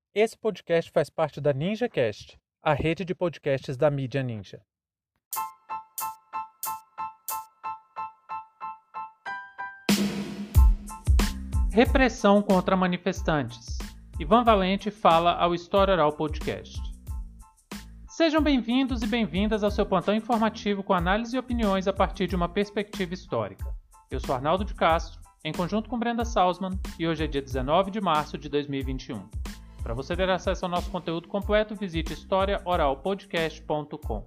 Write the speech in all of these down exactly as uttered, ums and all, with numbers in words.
Esse podcast faz parte da NinjaCast, a rede de podcasts da mídia Ninja. Repressão contra manifestantes. Ivan Valente fala ao História Oral Podcast. Sejam bem-vindos e bem-vindas ao seu plantão informativo com análise e opiniões a partir de uma perspectiva histórica. Eu sou Arnaldo de Castro, em conjunto com Brenda Salzman, e hoje é dia dezenove de março de dois mil e vinte e um. Para você ter acesso ao nosso conteúdo completo, visite historia oral podcast ponto com.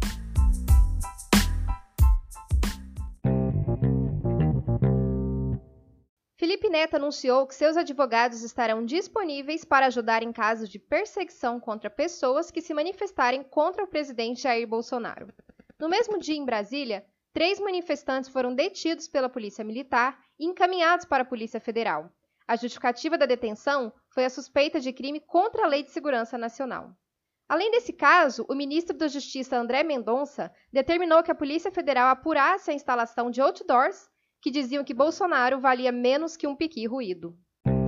Felipe Neto anunciou que seus advogados estarão disponíveis para ajudar em casos de perseguição contra pessoas que se manifestarem contra o presidente Jair Bolsonaro. No mesmo dia, em Brasília, três manifestantes foram detidos pela Polícia Militar e encaminhados para a Polícia Federal. A justificativa da detenção foi a suspeita de crime contra a Lei de Segurança Nacional. Além desse caso, o ministro da Justiça, André Mendonça, determinou que a Polícia Federal apurasse a instalação de outdoors que diziam que Bolsonaro valia menos que um piqui ruído.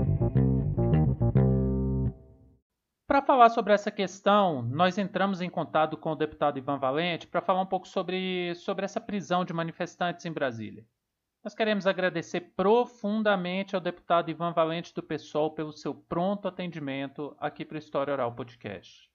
Para falar sobre essa questão, nós entramos em contato com o deputado Ivan Valente para falar um pouco sobre, sobre essa prisão de manifestantes em Brasília. Nós queremos agradecer profundamente ao deputado Ivan Valente do PSOL pelo seu pronto atendimento aqui para o História Oral Podcast.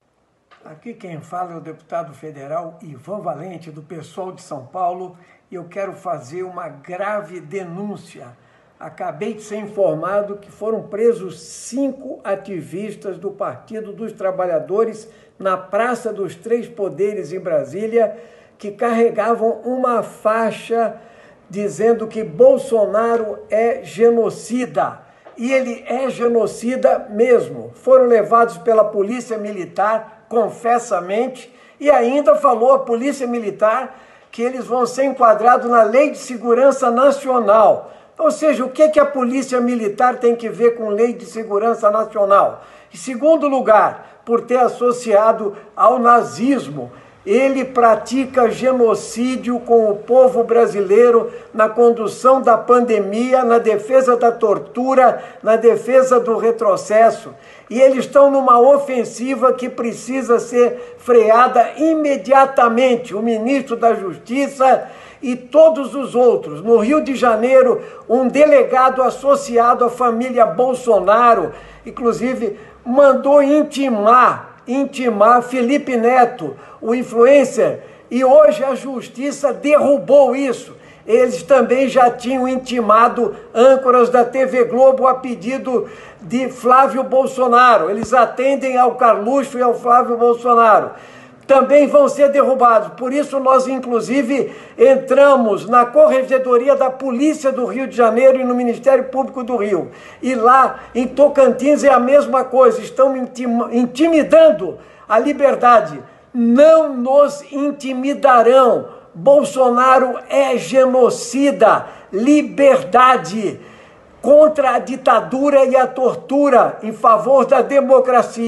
Aqui quem fala é o deputado federal Ivan Valente, do PSOL de São Paulo, e eu quero fazer uma grave denúncia. Acabei de ser informado que foram presos cinco ativistas do Partido dos Trabalhadores na Praça dos Três Poderes, em Brasília, que carregavam uma faixa dizendo que Bolsonaro é genocida. E ele é genocida mesmo. Foram levados pela Polícia Militar, confessamente, e ainda falou a Polícia Militar que eles vão ser enquadrados na Lei de Segurança Nacional. Ou seja, o que, que a Polícia Militar tem que ver com Lei de Segurança Nacional? Em segundo lugar, por ter associado ao nazismo. Ele pratica genocídio com o povo brasileiro na condução da pandemia, na defesa da tortura, na defesa do retrocesso. E eles estão numa ofensiva que precisa ser freada imediatamente. O ministro da Justiça e todos os outros. No Rio de Janeiro, um delegado associado à família Bolsonaro, inclusive, mandou intimar intimar Felipe Neto, o influencer, e hoje a justiça derrubou isso. Eles também já tinham intimado âncoras da T V Globo a pedido de Flávio Bolsonaro. Eles atendem ao Carluxo e ao Flávio Bolsonaro. Também vão ser derrubados. Por isso nós, inclusive, entramos na Corregedoria da Polícia do Rio de Janeiro e no Ministério Público do Rio. E lá, em Tocantins, é a mesma coisa. Estão intimidando a liberdade. Não nos intimidarão. Bolsonaro é genocida. Liberdade contra a ditadura e a tortura em favor da democracia.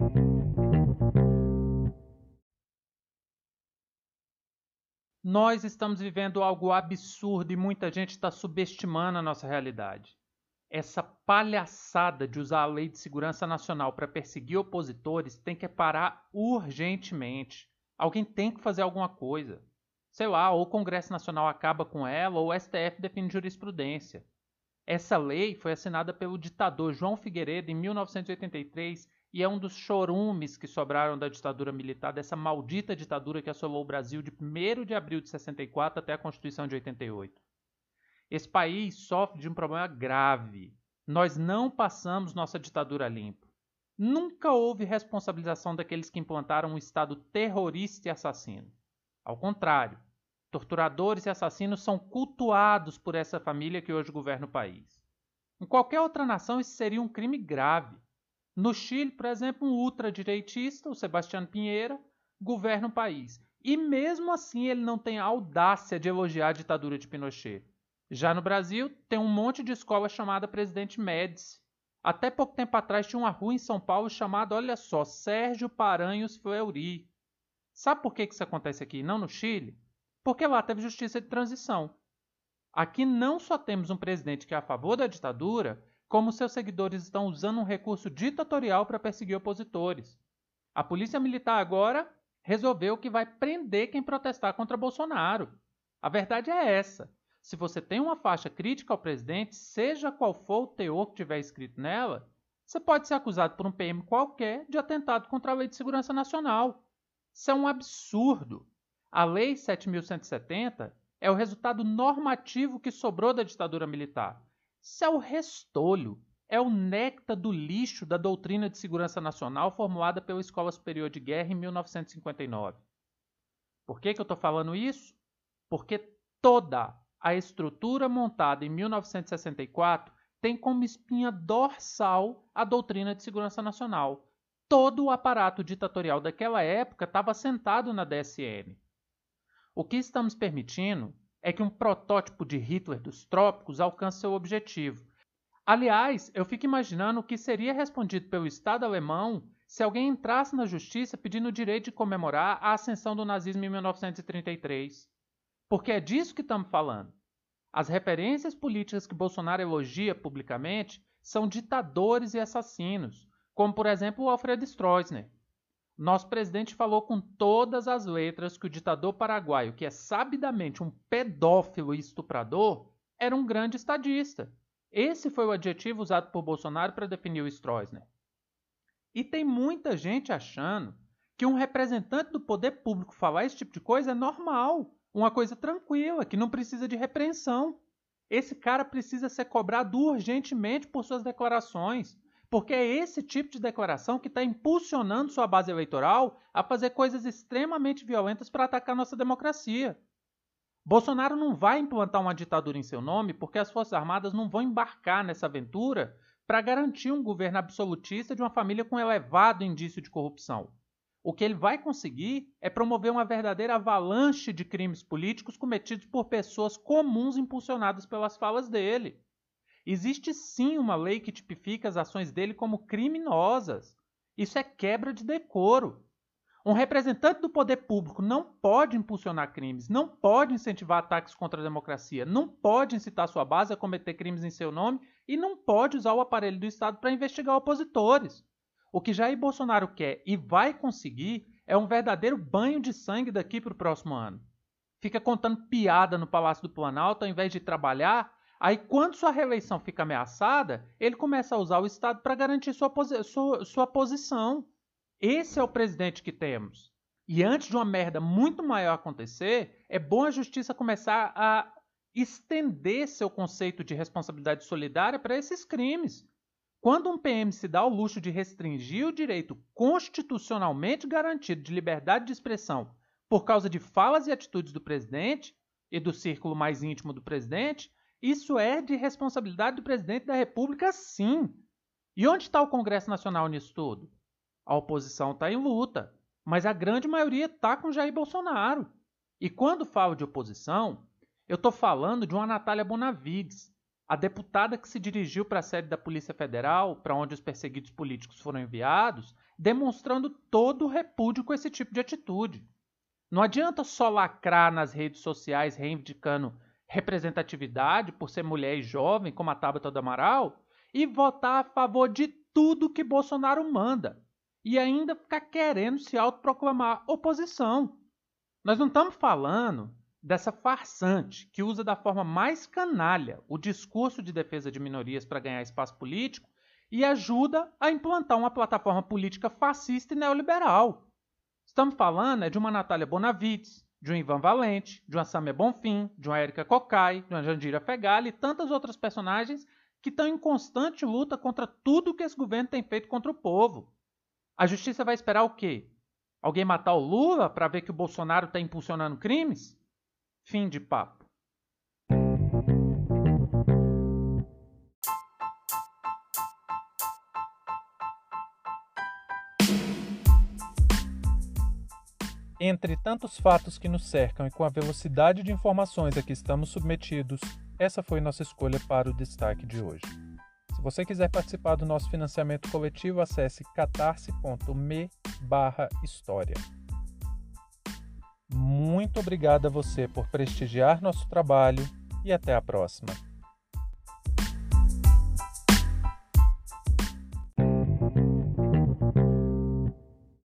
Nós estamos vivendo algo absurdo e muita gente está subestimando a nossa realidade. Essa palhaçada de usar a Lei de Segurança Nacional para perseguir opositores tem que parar urgentemente. Alguém tem que fazer alguma coisa. Sei lá, ou o Congresso Nacional acaba com ela, ou o S T F define jurisprudência. Essa lei foi assinada pelo ditador João Figueiredo em mil novecentos e oitenta e três e é um dos chorumes que sobraram da ditadura militar, dessa maldita ditadura que assolou o Brasil de primeiro de abril de sessenta e quatro até a Constituição de oitenta e oito. Esse país sofre de um problema grave. Nós não passamos nossa ditadura limpo. Nunca houve responsabilização daqueles que implantaram um Estado terrorista e assassino. Ao contrário, torturadores e assassinos são cultuados por essa família que hoje governa o país. Em qualquer outra nação isso seria um crime grave. No Chile, por exemplo, um ultradireitista, o Sebastián Piñera, governa o país. E mesmo assim ele não tem a audácia de elogiar a ditadura de Pinochet. Já no Brasil, tem um monte de escola chamada Presidente Médici. Até pouco tempo atrás tinha uma rua em São Paulo chamada, olha só, Sérgio Paranhos Fleury. Sabe por que isso acontece aqui, não no Chile? Porque lá teve justiça de transição. Aqui não só temos um presidente que é a favor da ditadura, como seus seguidores estão usando um recurso ditatorial para perseguir opositores. A polícia militar agora resolveu que vai prender quem protestar contra Bolsonaro. A verdade é essa. Se você tem uma faixa crítica ao presidente, seja qual for o teor que tiver escrito nela, você pode ser acusado por um P M qualquer de atentado contra a Lei de Segurança Nacional. Isso é um absurdo. A Lei sete mil cento e setenta é o resultado normativo que sobrou da ditadura militar. Isso é o restolho, é o néctar do lixo da doutrina de segurança nacional formulada pela Escola Superior de Guerra em mil novecentos e cinquenta e nove. Por que que eu estou falando isso? Porque toda a estrutura montada em mil novecentos e sessenta e quatro tem como espinha dorsal a doutrina de segurança nacional. Todo o aparato ditatorial daquela época estava assentado na D S N. O que estamos permitindo é que um protótipo de Hitler dos trópicos alcance seu objetivo. Aliás, eu fico imaginando o que seria respondido pelo Estado alemão se alguém entrasse na justiça pedindo o direito de comemorar a ascensão do nazismo em mil novecentos e trinta e três. Porque é disso que estamos falando. As referências políticas que Bolsonaro elogia publicamente são ditadores e assassinos, como, por exemplo, o Alfred Stroessner. Nosso presidente falou com todas as letras que o ditador paraguaio, que é sabidamente um pedófilo e estuprador, era um grande estadista. Esse foi o adjetivo usado por Bolsonaro para definir o Stroessner. E tem muita gente achando que um representante do poder público falar esse tipo de coisa é normal, uma coisa tranquila, que não precisa de repreensão. Esse cara precisa ser cobrado urgentemente por suas declarações, porque é esse tipo de declaração que está impulsionando sua base eleitoral a fazer coisas extremamente violentas para atacar nossa democracia. Bolsonaro não vai implantar uma ditadura em seu nome porque as Forças Armadas não vão embarcar nessa aventura para garantir um governo absolutista de uma família com elevado indício de corrupção. O que ele vai conseguir é promover uma verdadeira avalanche de crimes políticos cometidos por pessoas comuns impulsionadas pelas falas dele. Existe sim uma lei que tipifica as ações dele como criminosas. Isso é quebra de decoro. Um representante do poder público não pode impulsionar crimes, não pode incentivar ataques contra a democracia, não pode incitar sua base a cometer crimes em seu nome e não pode usar o aparelho do Estado para investigar opositores. O que Jair Bolsonaro quer e vai conseguir é um verdadeiro banho de sangue daqui para o próximo ano. Fica contando piada no Palácio do Planalto ao invés de trabalhar, aí quando sua reeleição fica ameaçada, ele começa a usar o Estado para garantir sua, posi- sua, sua posição. Esse é o presidente que temos. E antes de uma merda muito maior acontecer, é bom a justiça começar a estender seu conceito de responsabilidade solidária para esses crimes. Quando um P M se dá ao luxo de restringir o direito constitucionalmente garantido de liberdade de expressão por causa de falas e atitudes do presidente e do círculo mais íntimo do presidente, isso é de responsabilidade do presidente da República, sim. E onde está o Congresso Nacional nisso tudo? A oposição está em luta, mas a grande maioria está com Jair Bolsonaro. E quando falo de oposição, eu estou falando de uma Natália Bonavides, a deputada que se dirigiu para a sede da Polícia Federal, para onde os perseguidos políticos foram enviados, demonstrando todo o repúdio com esse tipo de atitude. Não adianta só lacrar nas redes sociais reivindicando representatividade por ser mulher e jovem, como a Tabata do Amaral, e votar a favor de tudo que Bolsonaro manda, e ainda ficar querendo se autoproclamar oposição. Nós não estamos falando dessa farsante que usa da forma mais canalha o discurso de defesa de minorias para ganhar espaço político e ajuda a implantar uma plataforma política fascista e neoliberal. Estamos falando é de uma Natália Bonavides, de um Ivan Valente, de uma Samia Bonfim, de uma Érica Cocai, de uma Jandira Fegali e tantas outras personagens que estão em constante luta contra tudo que esse governo tem feito contra o povo. A justiça vai esperar o quê? Alguém matar o Lula para ver que o Bolsonaro está impulsionando crimes? Fim de papo. Entre tantos fatos que nos cercam e com a velocidade de informações a que estamos submetidos, essa foi nossa escolha para o destaque de hoje. Se você quiser participar do nosso financiamento coletivo, acesse catarse ponto me barra história. Muito obrigado a você por prestigiar nosso trabalho e até a próxima.